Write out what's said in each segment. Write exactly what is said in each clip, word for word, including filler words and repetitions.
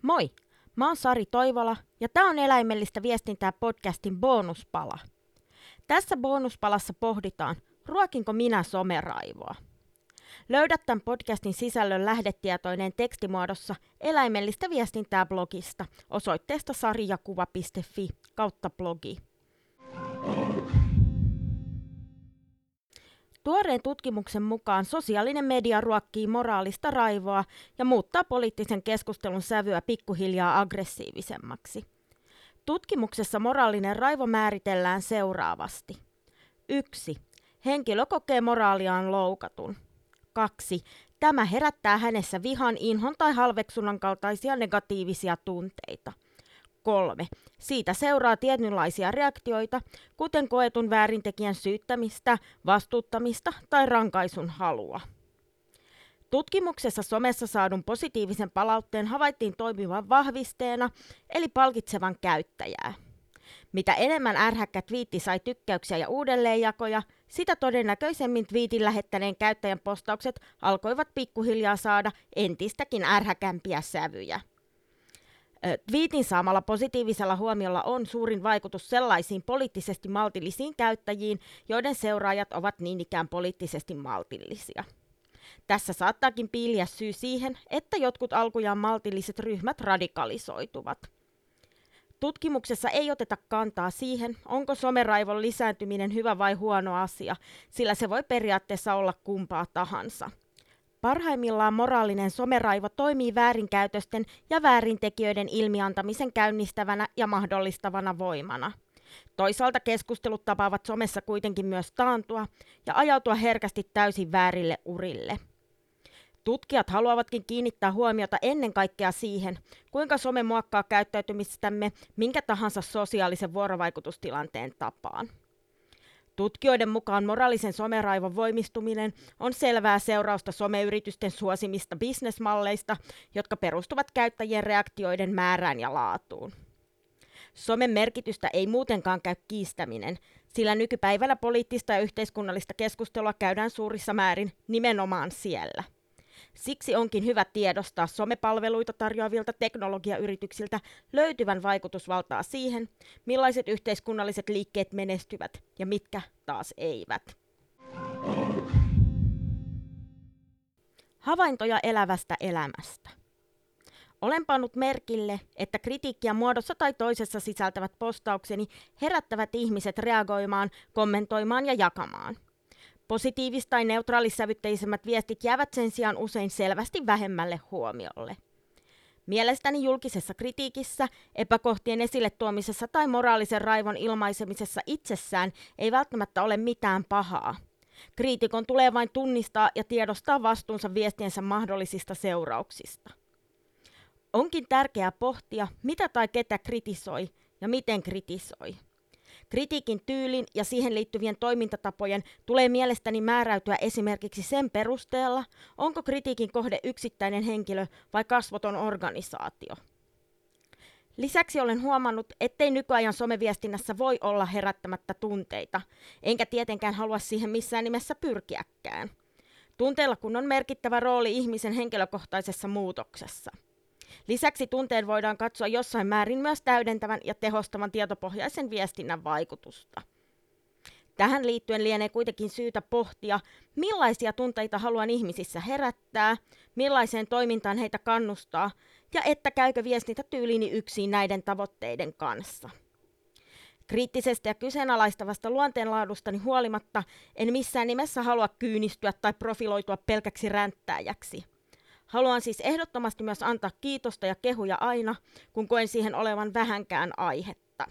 Moi, mä oon Sari Toivola ja tää on Eläimellistä viestintää podcastin bonuspala. Tässä bonuspalassa pohditaan, ruokinko minä someraivoa. Löydät tämän podcastin sisällön lähdetietoineen tekstimuodossa Eläimellistä viestintää blogista osoitteesta sarjakuva piste fi kautta blogi. Tuoreen tutkimuksen mukaan sosiaalinen media ruokkii moraalista raivoa ja muuttaa poliittisen keskustelun sävyä pikkuhiljaa aggressiivisemmaksi. Tutkimuksessa moraalinen raivo määritellään seuraavasti. yksi. Henkilö kokee moraaliaan loukatun. kaksi. Tämä herättää hänessä vihan, inhon tai halveksunnan kaltaisia negatiivisia tunteita. kolme. Siitä seuraa tietynlaisia reaktioita, kuten koetun väärintekijän syyttämistä, vastuuttamista tai rankaisun halua. Tutkimuksessa somessa saadun positiivisen palautteen havaittiin toimivan vahvisteena, eli palkitsevan käyttäjää. Mitä enemmän ärhäkkä twiitti sai tykkäyksiä ja uudelleenjakoja, sitä todennäköisemmin twiitin lähettäneen käyttäjän postaukset alkoivat pikkuhiljaa saada entistäkin ärhäkämpiä sävyjä. Twiitin saamalla positiivisella huomiolla on suurin vaikutus sellaisiin poliittisesti maltillisiin käyttäjiin, joiden seuraajat ovat niin ikään poliittisesti maltillisia. Tässä saattaakin piiliä syy siihen, että jotkut alkujaan maltilliset ryhmät radikalisoituvat. Tutkimuksessa ei oteta kantaa siihen, onko someraivon lisääntyminen hyvä vai huono asia, sillä se voi periaatteessa olla kumpaa tahansa. Parhaimmillaan moraalinen someraivo toimii väärinkäytösten ja väärintekijöiden ilmiantamisen käynnistävänä ja mahdollistavana voimana. Toisaalta keskustelut tapaavat somessa kuitenkin myös taantua ja ajautua herkästi täysin väärille urille. Tutkijat haluavatkin kiinnittää huomiota ennen kaikkea siihen, kuinka some muokkaa käyttäytymistämme minkä tahansa sosiaalisen vuorovaikutustilanteen tapaan. Tutkijoiden mukaan moraalisen someraivon voimistuminen on selvää seurausta someyritysten suosimista bisnesmalleista, jotka perustuvat käyttäjien reaktioiden määrään ja laatuun. Somen merkitystä ei muutenkaan käy kiistäminen, sillä nykypäivänä poliittista ja yhteiskunnallista keskustelua käydään suurissa määrin nimenomaan siellä. Siksi onkin hyvä tiedostaa somepalveluita tarjoavilta teknologiayrityksiltä löytyvän vaikutusvaltaa siihen, millaiset yhteiskunnalliset liikkeet menestyvät ja mitkä taas eivät. Havaintoja elävästä elämästä. Olen pannut merkille, että kritiikkiä muodossa tai toisessa sisältävät postaukseni herättävät ihmiset reagoimaan, kommentoimaan ja jakamaan. Positiivis- tai neutraalissävytteisemmät viestit jäävät sen sijaan usein selvästi vähemmälle huomiolle. Mielestäni julkisessa kritiikissä, epäkohtien esille tuomisessa tai moraalisen raivon ilmaisemisessa itsessään ei välttämättä ole mitään pahaa. Kriitikon tulee vain tunnistaa ja tiedostaa vastuunsa viestiensä mahdollisista seurauksista. Onkin tärkeää pohtia, mitä tai ketä kritisoi ja miten kritisoi. Kritiikin tyylin ja siihen liittyvien toimintatapojen tulee mielestäni määräytyä esimerkiksi sen perusteella, onko kritiikin kohde yksittäinen henkilö vai kasvoton organisaatio. Lisäksi olen huomannut, ettei nykyajan someviestinnässä voi olla herättämättä tunteita, enkä tietenkään halua siihen missään nimessä pyrkiäkään. Tunteilla kun on merkittävä rooli ihmisen henkilökohtaisessa muutoksessa. Lisäksi tunteen voidaan katsoa jossain määrin myös täydentävän ja tehostavan tietopohjaisen viestinnän vaikutusta. Tähän liittyen lienee kuitenkin syytä pohtia, millaisia tunteita haluan ihmisissä herättää, millaiseen toimintaan heitä kannustaa ja että käykö viestintätyylini yksin näiden tavoitteiden kanssa. Kriittisestä ja kyseenalaistavasta luonteenlaadustani huolimatta en missään nimessä halua kyynistyä tai profiloitua pelkäksi ränttääjäksi. Haluan siis ehdottomasti myös antaa kiitosta ja kehuja aina, kun koen siihen olevan vähänkään aihetta.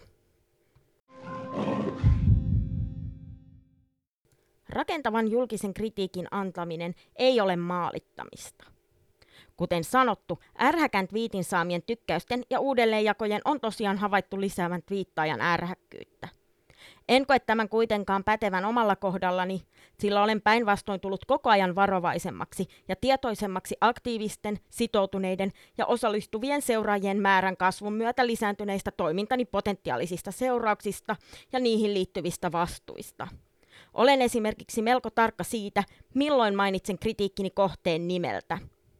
Rakentavan julkisen kritiikin antaminen ei ole maalittamista. Kuten sanottu, ärhäkän twiitin saamien tykkäysten ja uudelleenjakojen on tosiaan havaittu lisäävän twiittaajan ärhäkkyyttä. En koe tämän kuitenkaan pätevän omalla kohdallani, sillä olen päinvastoin tullut koko ajan varovaisemmaksi ja tietoisemmaksi aktiivisten, sitoutuneiden ja osallistuvien seuraajien määrän kasvun myötä lisääntyneistä toimintani potentiaalisista seurauksista ja niihin liittyvistä vastuista. Olen esimerkiksi melko tarkka siitä, milloin mainitsen kritiikkini kohteen nimeltä.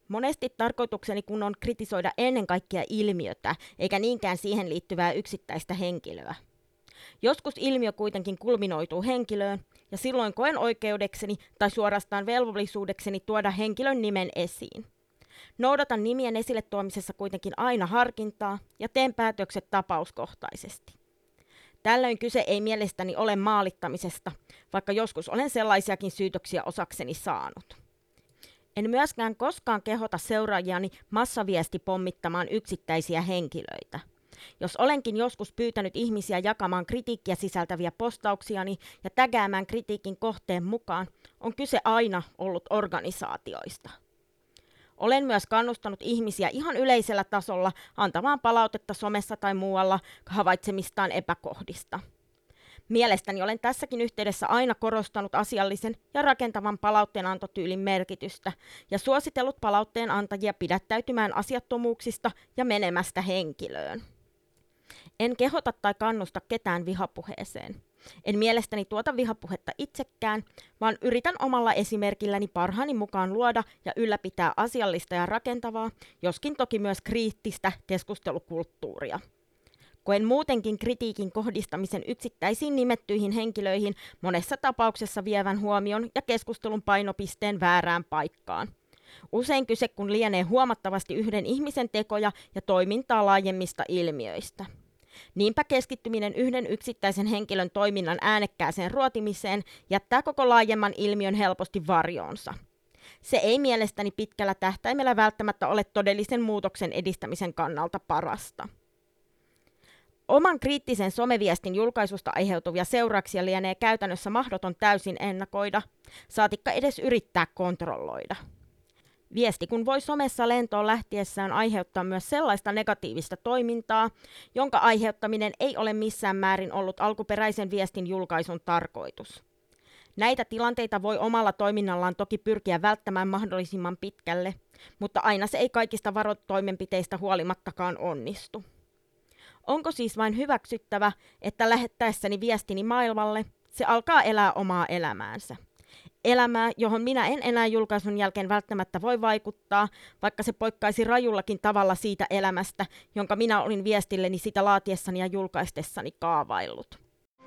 Monesti tarkoitukseni kun on kritisoida ennen kaikkea ilmiötä, eikä niinkään siihen liittyvää yksittäistä henkilöä. Joskus ilmiö kuitenkin kulminoituu henkilöön, ja silloin koen oikeudekseni tai suorastaan velvollisuudekseni tuoda henkilön nimen esiin. Noudatan nimien esille tuomisessa kuitenkin aina harkintaa ja teen päätökset tapauskohtaisesti. Tällöin kyse ei mielestäni ole maalittamisesta, vaikka joskus olen sellaisiakin syytöksiä osakseni saanut. En myöskään koskaan kehota seuraajiani massaviesti pommittamaan yksittäisiä henkilöitä. Jos olenkin joskus pyytänyt ihmisiä jakamaan kritiikkiä sisältäviä postauksiani ja tägäämään kritiikin kohteen mukaan, on kyse aina ollut organisaatioista. Olen myös kannustanut ihmisiä ihan yleisellä tasolla antamaan palautetta somessa tai muualla havaitsemistaan epäkohdista. Mielestäni olen tässäkin yhteydessä aina korostanut asiallisen ja rakentavan palautteenantotyylin merkitystä ja suositellut palautteen antajia pidättäytymään asiattomuuksista ja menemästä henkilöön. En kehota tai kannusta ketään vihapuheeseen. En mielestäni tuota vihapuhetta itsekään, vaan yritän omalla esimerkilläni parhaani mukaan luoda ja ylläpitää asiallista ja rakentavaa, joskin toki myös kriittistä keskustelukulttuuria. Koen muutenkin kritiikin kohdistamisen yksittäisiin nimettyihin henkilöihin monessa tapauksessa vievän huomion ja keskustelun painopisteen väärään paikkaan. Usein kyse kun lienee huomattavasti yhden ihmisen tekoja ja toimintaa laajemmista ilmiöistä. Niinpä keskittyminen yhden yksittäisen henkilön toiminnan äänekkääseen ruotimiseen jättää koko laajemman ilmiön helposti varjoonsa. Se ei mielestäni pitkällä tähtäimellä välttämättä ole todellisen muutoksen edistämisen kannalta parasta. Oman kriittisen someviestin julkaisusta aiheutuvia seurauksia lienee käytännössä mahdoton täysin ennakoida, saatikka edes yrittää kontrolloida. Viesti kun voi somessa lentoon lähtiessään aiheuttaa myös sellaista negatiivista toimintaa, jonka aiheuttaminen ei ole missään määrin ollut alkuperäisen viestin julkaisun tarkoitus. Näitä tilanteita voi omalla toiminnallaan toki pyrkiä välttämään mahdollisimman pitkälle, mutta aina se ei kaikista varotoimenpiteistä huolimattakaan onnistu. Onko siis vain hyväksyttävä, että lähettäessäni viestini maailmalle, se alkaa elää omaa elämäänsä? Elämää, johon minä en enää julkaisun jälkeen välttämättä voi vaikuttaa, vaikka se poikkaisi rajullakin tavalla siitä elämästä, jonka minä olin viestilleni sitä laatiessani ja julkaistessani kaavaillut.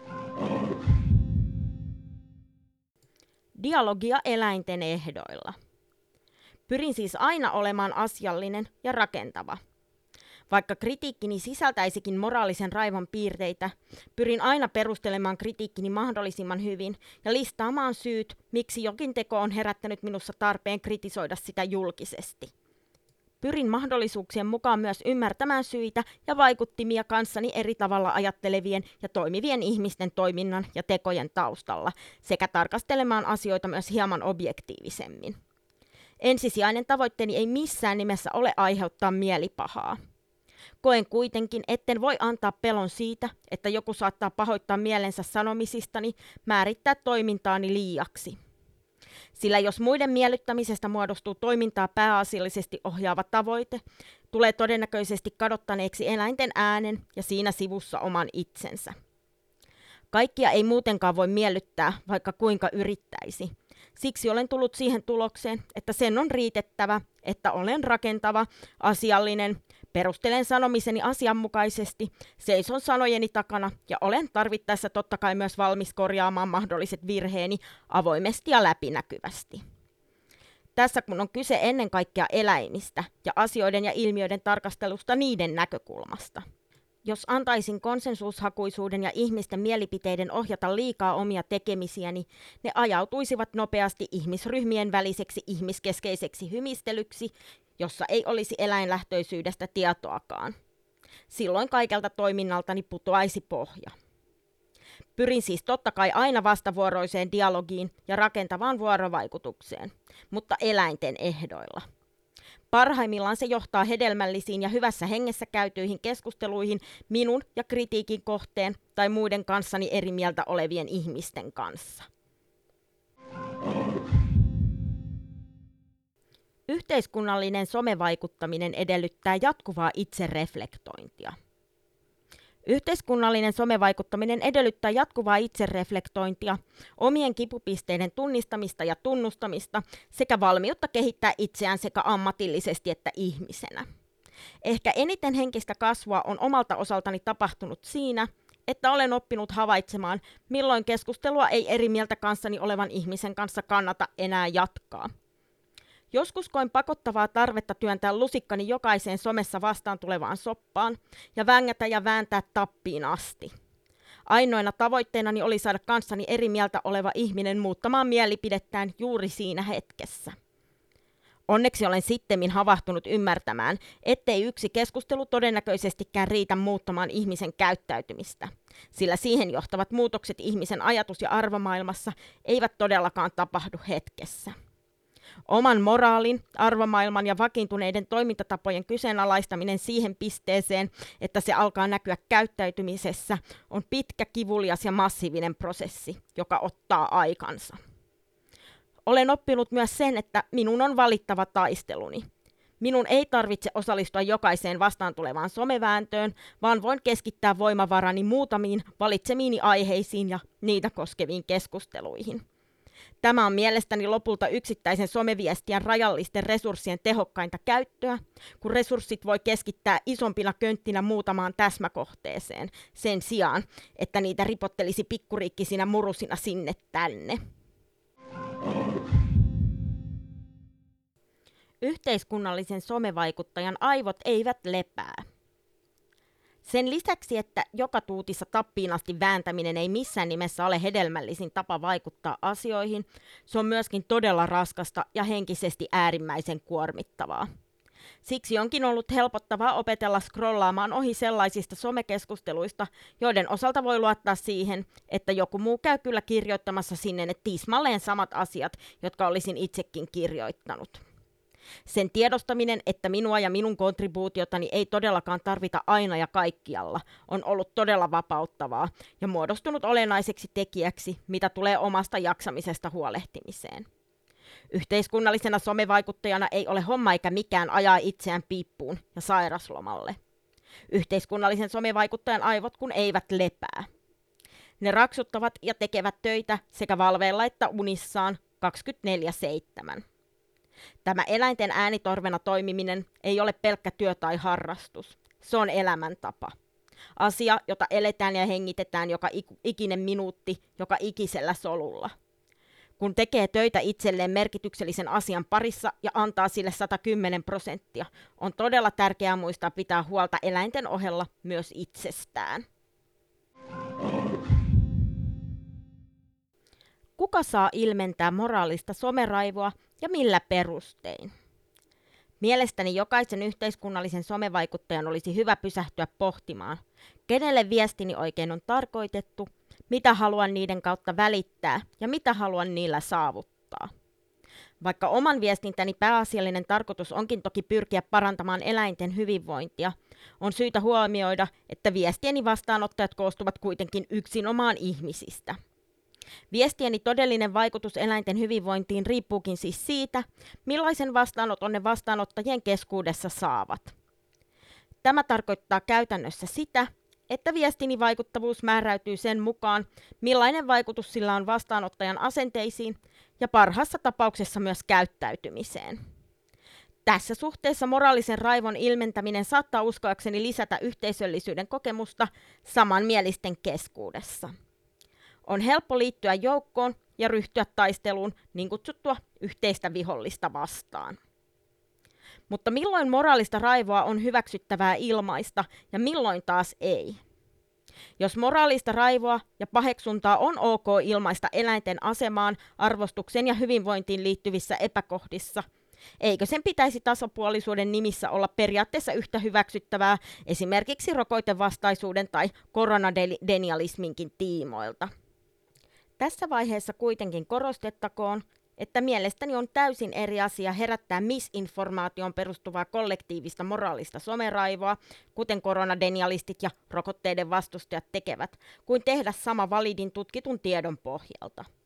Dialogia eläinten ehdoilla. Pyrin siis aina olemaan asiallinen ja rakentava. Vaikka kritiikkini sisältäisikin moraalisen raivon piirteitä, pyrin aina perustelemaan kritiikkini mahdollisimman hyvin ja listaamaan syyt, miksi jokin teko on herättänyt minussa tarpeen kritisoida sitä julkisesti. Pyrin mahdollisuuksien mukaan myös ymmärtämään syitä ja vaikuttimia kanssani eri tavalla ajattelevien ja toimivien ihmisten toiminnan ja tekojen taustalla, sekä tarkastelemaan asioita myös hieman objektiivisemmin. Ensisijainen tavoitteeni ei missään nimessä ole aiheuttaa mielipahaa. Koen kuitenkin, etten voi antaa pelon siitä, että joku saattaa pahoittaa mielensä sanomisistani, määrittää toimintaani liiaksi. Sillä jos muiden miellyttämisestä muodostuu toimintaa pääasiallisesti ohjaava tavoite, tulee todennäköisesti kadottaneeksi eläinten äänen ja siinä sivussa oman itsensä. Kaikkia ei muutenkaan voi miellyttää, vaikka kuinka yrittäisi. Siksi olen tullut siihen tulokseen, että sen on riitettävä, että olen rakentava, asiallinen, perustelen sanomiseni asianmukaisesti, seison sanojeni takana ja olen tarvittaessa totta kai myös valmis korjaamaan mahdolliset virheeni avoimesti ja läpinäkyvästi. Tässä kun on kyse ennen kaikkea eläimistä ja asioiden ja ilmiöiden tarkastelusta niiden näkökulmasta. Jos antaisin konsensushakuisuuden ja ihmisten mielipiteiden ohjata liikaa omia tekemisiäni, ne ajautuisivat nopeasti ihmisryhmien väliseksi ihmiskeskeiseksi hymistelyksi, jossa ei olisi eläinlähtöisyydestä tietoakaan. Silloin kaikelta toiminnaltani putoaisi pohja. Pyrin siis totta kai aina vastavuoroiseen dialogiin ja rakentavaan vuorovaikutukseen, mutta eläinten ehdoilla. Parhaimmillaan se johtaa hedelmällisiin ja hyvässä hengessä käytyihin keskusteluihin minun ja kritiikin kohteen tai muiden kanssani eri mieltä olevien ihmisten kanssa. Yhteiskunnallinen somevaikuttaminen edellyttää jatkuvaa itsereflektointia. Yhteiskunnallinen somevaikuttaminen edellyttää jatkuvaa itsereflektointia, omien kipupisteiden tunnistamista ja tunnustamista sekä valmiutta kehittää itseään sekä ammatillisesti että ihmisenä. Ehkä eniten henkistä kasvua on omalta osaltani tapahtunut siinä, että olen oppinut havaitsemaan, milloin keskustelua ei eri mieltä kanssani olevan ihmisen kanssa kannata enää jatkaa. Joskus koin pakottavaa tarvetta työntää lusikkani jokaiseen somessa vastaan tulevaan soppaan ja vängätä ja vääntää tappiin asti. Ainoina tavoitteenani oli saada kanssani eri mieltä oleva ihminen muuttamaan mielipidettään juuri siinä hetkessä. Onneksi olen sittemmin havahtunut ymmärtämään, ettei yksi keskustelu todennäköisestikään riitä muuttamaan ihmisen käyttäytymistä, sillä siihen johtavat muutokset ihmisen ajatus- ja arvomaailmassa eivät todellakaan tapahdu hetkessä. Oman moraalin, arvomaailman ja vakiintuneiden toimintatapojen kyseenalaistaminen siihen pisteeseen, että se alkaa näkyä käyttäytymisessä, on pitkä, kivulias ja massiivinen prosessi, joka ottaa aikansa. Olen oppinut myös sen, että minun on valittava taisteluni. Minun ei tarvitse osallistua jokaiseen vastaan tulevaan somevääntöön, vaan voin keskittää voimavarani muutamiin valitsemiini aiheisiin ja niitä koskeviin keskusteluihin. Tämä on mielestäni lopulta yksittäisen someviestien rajallisten resurssien tehokkainta käyttöä, kun resurssit voi keskittää isompina könttinä muutamaan täsmäkohteeseen, sen sijaan, että niitä ripottelisi pikkuriikkisinä murusina sinne tänne. Yhteiskunnallisen somevaikuttajan aivot eivät lepää. Sen lisäksi, että joka tuutissa tappiin asti vääntäminen ei missään nimessä ole hedelmällisin tapa vaikuttaa asioihin, se on myöskin todella raskasta ja henkisesti äärimmäisen kuormittavaa. Siksi onkin ollut helpottavaa opetella scrollaamaan ohi sellaisista somekeskusteluista, joiden osalta voi luottaa siihen, että joku muu käy kyllä kirjoittamassa sinne ne tismalleen samat asiat, jotka olisin itsekin kirjoittanut. Sen tiedostaminen, että minua ja minun kontribuutiotani ei todellakaan tarvita aina ja kaikkialla, on ollut todella vapauttavaa ja muodostunut olennaiseksi tekijäksi, mitä tulee omasta jaksamisesta huolehtimiseen. Yhteiskunnallisena somevaikuttajana ei ole homma eikä mikään ajaa itseään piippuun ja sairaslomalle. Yhteiskunnallisen somevaikuttajan aivot kun eivät lepää. Ne raksuttavat ja tekevät töitä sekä valveilla että unissaan kaksikymmentäneljä seitsemän. Tämä eläinten äänitorvena toimiminen ei ole pelkkä työ tai harrastus. Se on elämäntapa. Asia, jota eletään ja hengitetään joka ikinen minuutti, joka ikisellä solulla. Kun tekee töitä itselleen merkityksellisen asian parissa ja antaa sille sata kymmenen prosenttia, on todella tärkeää muistaa pitää huolta eläinten ohella myös itsestään. Kuka saa ilmentää moraalista someraivoa ja millä perustein? Mielestäni jokaisen yhteiskunnallisen somevaikuttajan olisi hyvä pysähtyä pohtimaan, kenelle viestini oikein on tarkoitettu, mitä haluan niiden kautta välittää ja mitä haluan niillä saavuttaa. Vaikka oman viestintäni pääasiallinen tarkoitus onkin toki pyrkiä parantamaan eläinten hyvinvointia, on syytä huomioida, että viestieni vastaanottajat koostuvat kuitenkin yksinomaan ihmisistä. Viestieni todellinen vaikutus eläinten hyvinvointiin riippuukin siis siitä, millaisen vastaanoton ne vastaanottajien keskuudessa saavat. Tämä tarkoittaa käytännössä sitä, että viestini vaikuttavuus määräytyy sen mukaan, millainen vaikutus sillä on vastaanottajan asenteisiin ja parhaassa tapauksessa myös käyttäytymiseen. Tässä suhteessa moraalisen raivon ilmentäminen saattaa uskoakseni lisätä yhteisöllisyyden kokemusta samanmielisten keskuudessa. On helppo liittyä joukkoon ja ryhtyä taisteluun niin kutsuttua yhteistä vihollista vastaan. Mutta milloin moraalista raivoa on hyväksyttävää ilmaista ja milloin taas ei? Jos moraalista raivoa ja paheksuntaa on ok ilmaista eläinten asemaan, arvostukseen ja hyvinvointiin liittyvissä epäkohdissa, eikö sen pitäisi tasapuolisuuden nimissä olla periaatteessa yhtä hyväksyttävää esimerkiksi rokotevastaisuuden tai koronadenialisminkin tiimoilta? Tässä vaiheessa kuitenkin korostettakoon, että mielestäni on täysin eri asia herättää misinformaation perustuvaa kollektiivista moraalista someraivoa, kuten koronadenialistit ja rokotteiden vastustajat tekevät, kuin tehdä sama validin tutkitun tiedon pohjalta.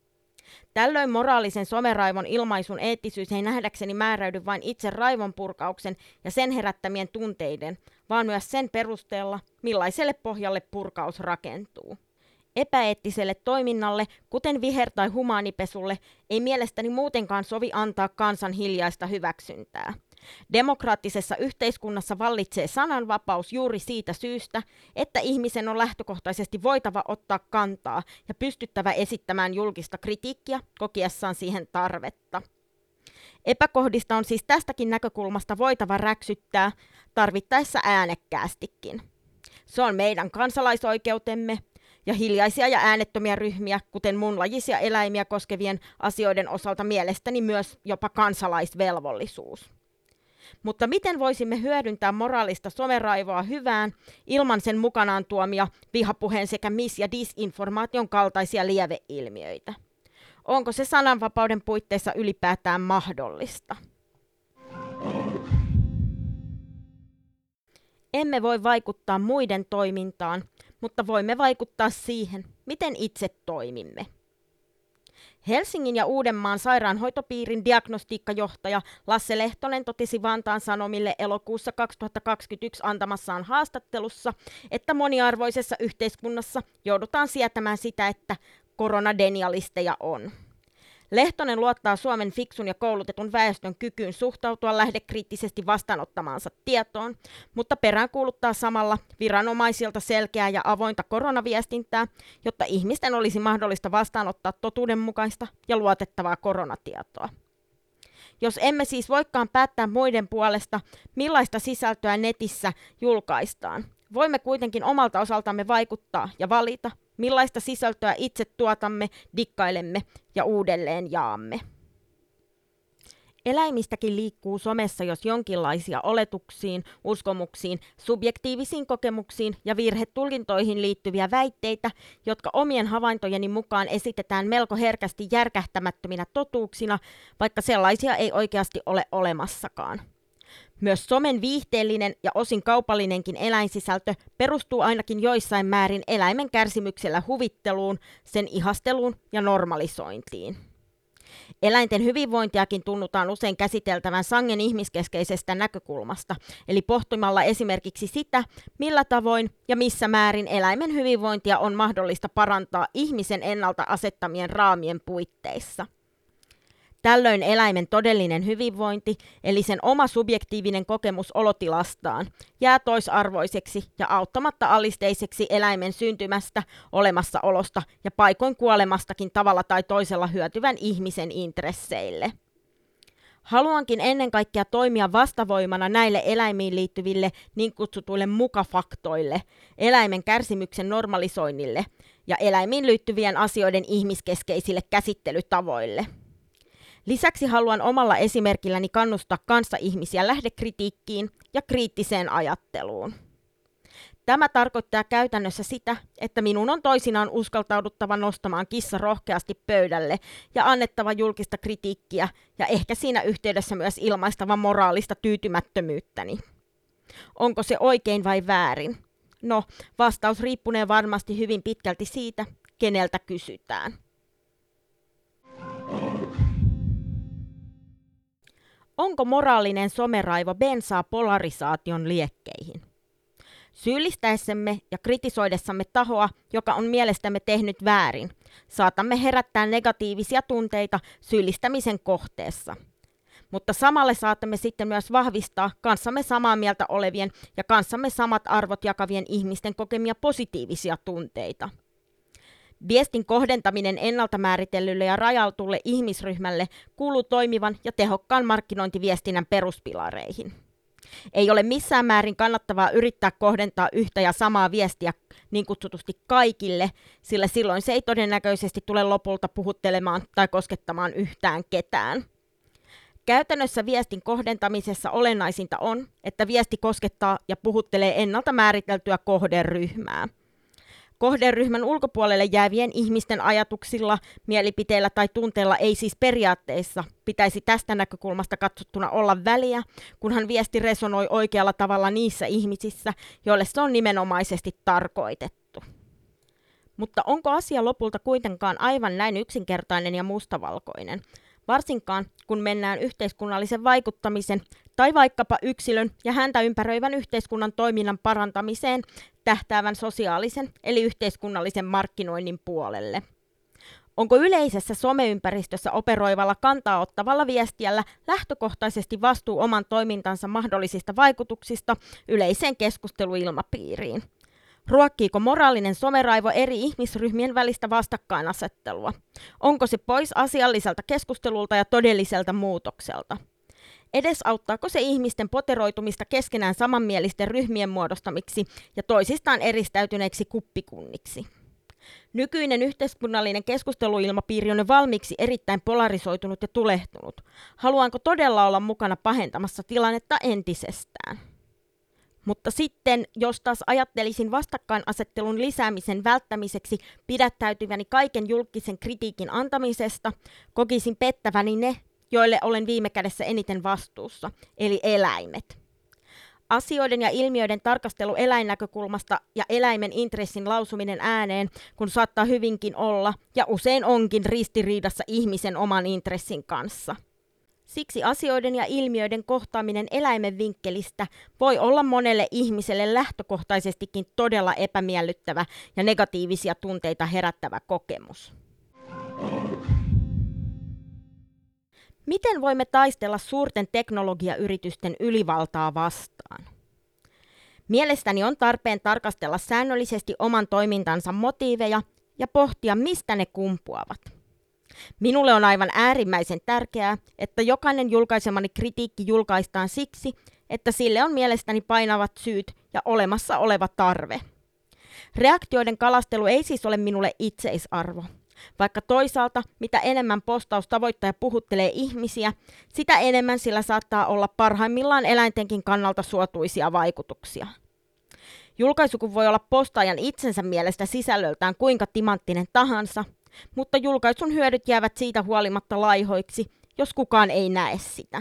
Tällöin moraalisen someraivon ilmaisun eettisyys ei nähdäkseni määräydy vain itse raivon purkauksen ja sen herättämien tunteiden, vaan myös sen perusteella, millaiselle pohjalle purkaus rakentuu. Epäeettiselle toiminnalle, kuten viher- tai humaanipesulle, ei mielestäni muutenkaan sovi antaa kansan hiljaista hyväksyntää. Demokraattisessa yhteiskunnassa vallitsee sananvapaus juuri siitä syystä, että ihmisen on lähtökohtaisesti voitava ottaa kantaa ja pystyttävä esittämään julkista kritiikkiä kokiessaan siihen tarvetta. Epäkohdista on siis tästäkin näkökulmasta voitava räksyttää, tarvittaessa äänekkäästikin. Se on meidän kansalaisoikeutemme, ja hiljaisia ja äänettömiä ryhmiä, kuten muunlajisia eläimiä koskevien asioiden osalta mielestäni myös jopa kansalaisvelvollisuus. Mutta miten voisimme hyödyntää moraalista someraivoa hyvään ilman sen mukanaan tuomia vihapuheen sekä mis- ja disinformaation kaltaisia lieveilmiöitä? Onko se sananvapauden puitteissa ylipäätään mahdollista? Emme voi vaikuttaa muiden toimintaan, mutta voimme vaikuttaa siihen, miten itse toimimme. Helsingin ja Uudenmaan sairaanhoitopiirin diagnostiikkajohtaja Lasse Lehtonen totesi Vantaan Sanomille elokuussa kaksituhattakaksikymmentäyksi antamassaan haastattelussa, että moniarvoisessa yhteiskunnassa joudutaan sietämään sitä, että koronadenialisteja on. Lehtonen luottaa Suomen fiksun ja koulutetun väestön kykyyn suhtautua lähdekriittisesti vastaanottamaansa tietoon, mutta peräänkuuluttaa samalla viranomaisilta selkeää ja avointa koronaviestintää, jotta ihmisten olisi mahdollista vastaanottaa totuudenmukaista ja luotettavaa koronatietoa. Jos emme siis voikaan päättää muiden puolesta, millaista sisältöä netissä julkaistaan, voimme kuitenkin omalta osaltamme vaikuttaa ja valita, millaista sisältöä itse tuotamme, dikkailemme ja uudelleen jaamme. Eläimistäkin liikkuu somessa jos jonkinlaisia oletuksiin, uskomuksiin, subjektiivisiin kokemuksiin ja virhetulkintoihin liittyviä väitteitä, jotka omien havaintojeni mukaan esitetään melko herkästi järkähtämättöminä totuuksina, vaikka sellaisia ei oikeasti ole olemassakaan. Myös somen viihteellinen ja osin kaupallinenkin eläinsisältö perustuu ainakin joissain määrin eläimen kärsimyksellä huvitteluun, sen ihasteluun ja normalisointiin. Eläinten hyvinvointiakin tunnutaan usein käsiteltävän sangen ihmiskeskeisestä näkökulmasta, eli pohtimalla esimerkiksi sitä, millä tavoin ja missä määrin eläimen hyvinvointia on mahdollista parantaa ihmisen ennalta asettamien raamien puitteissa. Tällöin eläimen todellinen hyvinvointi, eli sen oma subjektiivinen kokemus olotilastaan, jää toisarvoiseksi ja auttamatta alisteiseksi eläimen syntymästä, olemassaolosta ja paikoin kuolemastakin tavalla tai toisella hyötyvän ihmisen intresseille. Haluankin ennen kaikkea toimia vastavoimana näille eläimiin liittyville niin kutsutuille mukafaktoille, eläimen kärsimyksen normalisoinnille ja eläimiin liittyvien asioiden ihmiskeskeisille käsittelytavoille. Lisäksi haluan omalla esimerkilläni kannustaa kanssaihmisiä lähdekritiikkiin ja kriittiseen ajatteluun. Tämä tarkoittaa käytännössä sitä, että minun on toisinaan uskaltauduttava nostamaan kissa rohkeasti pöydälle ja annettava julkista kritiikkiä ja ehkä siinä yhteydessä myös ilmaistava moraalista tyytymättömyyttäni. Onko se oikein vai väärin? No, vastaus riippunee varmasti hyvin pitkälti siitä, keneltä kysytään. Onko moraalinen someraivo bensaa polarisaation liekkeihin? Syyllistäessämme ja kritisoidessamme tahoa, joka on mielestämme tehnyt väärin, saatamme herättää negatiivisia tunteita syyllistämisen kohteessa. Mutta samalle saatamme sitten myös vahvistaa kanssamme samaa mieltä olevien ja kanssamme samat arvot jakavien ihmisten kokemia positiivisia tunteita. Viestin kohdentaminen ennalta määritellylle ja rajautulle ihmisryhmälle kuuluu toimivan ja tehokkaan markkinointiviestinnän peruspilareihin. Ei ole missään määrin kannattavaa yrittää kohdentaa yhtä ja samaa viestiä niin kutsutusti kaikille, sillä silloin se ei todennäköisesti tule lopulta puhuttelemaan tai koskettamaan yhtään ketään. Käytännössä viestin kohdentamisessa olennaisinta on, että viesti koskettaa ja puhuttelee ennalta määriteltyä kohderyhmää. Kohderyhmän ulkopuolelle jäävien ihmisten ajatuksilla, mielipiteillä tai tunteilla ei siis periaatteessa pitäisi tästä näkökulmasta katsottuna olla väliä, kunhan viesti resonoi oikealla tavalla niissä ihmisissä, joille se on nimenomaisesti tarkoitettu. Mutta onko asia lopulta kuitenkaan aivan näin yksinkertainen ja mustavalkoinen? Varsinkaan kun mennään yhteiskunnallisen vaikuttamisen tai vaikkapa yksilön ja häntä ympäröivän yhteiskunnan toiminnan parantamiseen tähtäävän sosiaalisen eli yhteiskunnallisen markkinoinnin puolelle. Onko yleisessä someympäristössä operoivalla kantaa ottavalla viestijällä lähtökohtaisesti vastuu oman toimintansa mahdollisista vaikutuksista yleiseen keskusteluilmapiiriin? Ruokkiiko moraalinen someraivo eri ihmisryhmien välistä vastakkainasettelua? Onko se pois asialliselta keskustelulta ja todelliselta muutokselta? Edesauttaako se ihmisten poteroitumista keskenään samanmielisten ryhmien muodostamiksi ja toisistaan eristäytyneiksi kuppikunniksi? Nykyinen yhteiskunnallinen keskusteluilmapiiri on jo valmiiksi erittäin polarisoitunut ja tulehtunut. Haluanko todella olla mukana pahentamassa tilannetta entisestään? Mutta sitten, jos taas ajattelisin vastakkainasettelun lisäämisen välttämiseksi pidättäytyväni kaiken julkisen kritiikin antamisesta, kokisin pettäväni ne, joille olen viime kädessä eniten vastuussa, eli eläimet. Asioiden ja ilmiöiden tarkastelu eläinnäkökulmasta ja eläimen intressin lausuminen ääneen, kun saattaa hyvinkin olla ja usein onkin ristiriidassa ihmisen oman intressin kanssa. Siksi asioiden ja ilmiöiden kohtaaminen eläimen vinkkelistä voi olla monelle ihmiselle lähtökohtaisestikin todella epämiellyttävä ja negatiivisia tunteita herättävä kokemus. Miten voimme taistella suurten teknologiayritysten ylivaltaa vastaan? Mielestäni on tarpeen tarkastella säännöllisesti oman toimintansa motiiveja ja pohtia, mistä ne kumpuavat. Minulle on aivan äärimmäisen tärkeää, että jokainen julkaisemani kritiikki julkaistaan siksi, että sille on mielestäni painavat syyt ja olemassa oleva tarve. Reaktioiden kalastelu ei siis ole minulle itseisarvo. Vaikka toisaalta, mitä enemmän postaus tavoittaa ja puhuttelee ihmisiä, sitä enemmän sillä saattaa olla parhaimmillaan eläintenkin kannalta suotuisia vaikutuksia. Julkaisu voi olla postaajan itsensä mielestä sisällöltään kuinka timanttinen tahansa, mutta julkaisun hyödyt jäävät siitä huolimatta laihoiksi, jos kukaan ei näe sitä.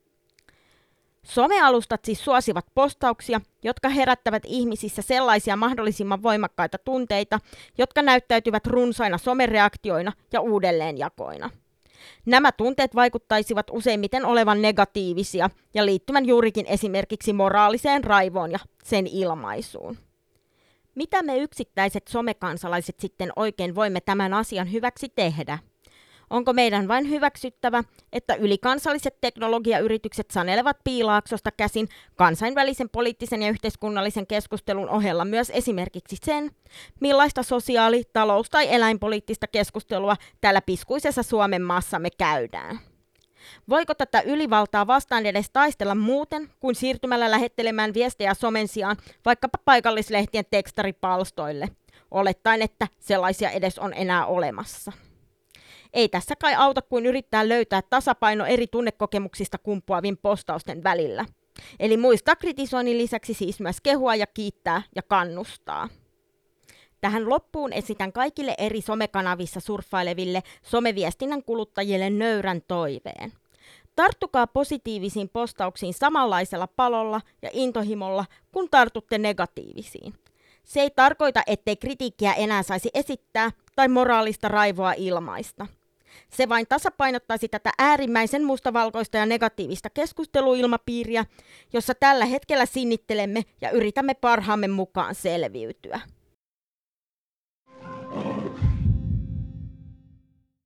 Somealustat siis suosivat postauksia, jotka herättävät ihmisissä sellaisia mahdollisimman voimakkaita tunteita, jotka näyttäytyvät runsaina somereaktioina ja uudelleenjakoina. Nämä tunteet vaikuttaisivat useimmiten olevan negatiivisia ja liittyvän juurikin esimerkiksi moraaliseen raivoon ja sen ilmaisuun. Mitä me yksittäiset somekansalaiset sitten oikein voimme tämän asian hyväksi tehdä? Onko meidän vain hyväksyttävä, että ylikansalliset teknologiayritykset sanelevat piilaaksosta käsin kansainvälisen poliittisen ja yhteiskunnallisen keskustelun ohella myös esimerkiksi sen, millaista sosiaali-, talous- tai eläinpoliittista keskustelua täällä piskuisessa Suomen maassamme käydään? Voiko tätä ylivaltaa vastaan edes taistella muuten kuin siirtymällä lähettelemään viestejä somen sijaan vaikkapa paikallislehtien tekstaripalstoille, olettaen, että sellaisia edes on enää olemassa? Ei tässä kai auta kuin yrittää löytää tasapaino eri tunnekokemuksista kumpuavien postausten välillä. Eli muistaa kritisoinnin lisäksi siis myös kehua ja kiittää ja kannustaa. Tähän loppuun esitän kaikille eri somekanavissa surffaileville someviestinnän kuluttajille nöyrän toiveen. Tarttukaa positiivisiin postauksiin samanlaisella palolla ja intohimolla, kun tartutte negatiivisiin. Se ei tarkoita, ettei kritiikkiä enää saisi esittää tai moraalista raivoa ilmaista. Se vain tasapainottaisi tätä äärimmäisen mustavalkoista ja negatiivista keskusteluilmapiiriä, jossa tällä hetkellä sinnittelemme ja yritämme parhaamme mukaan selviytyä.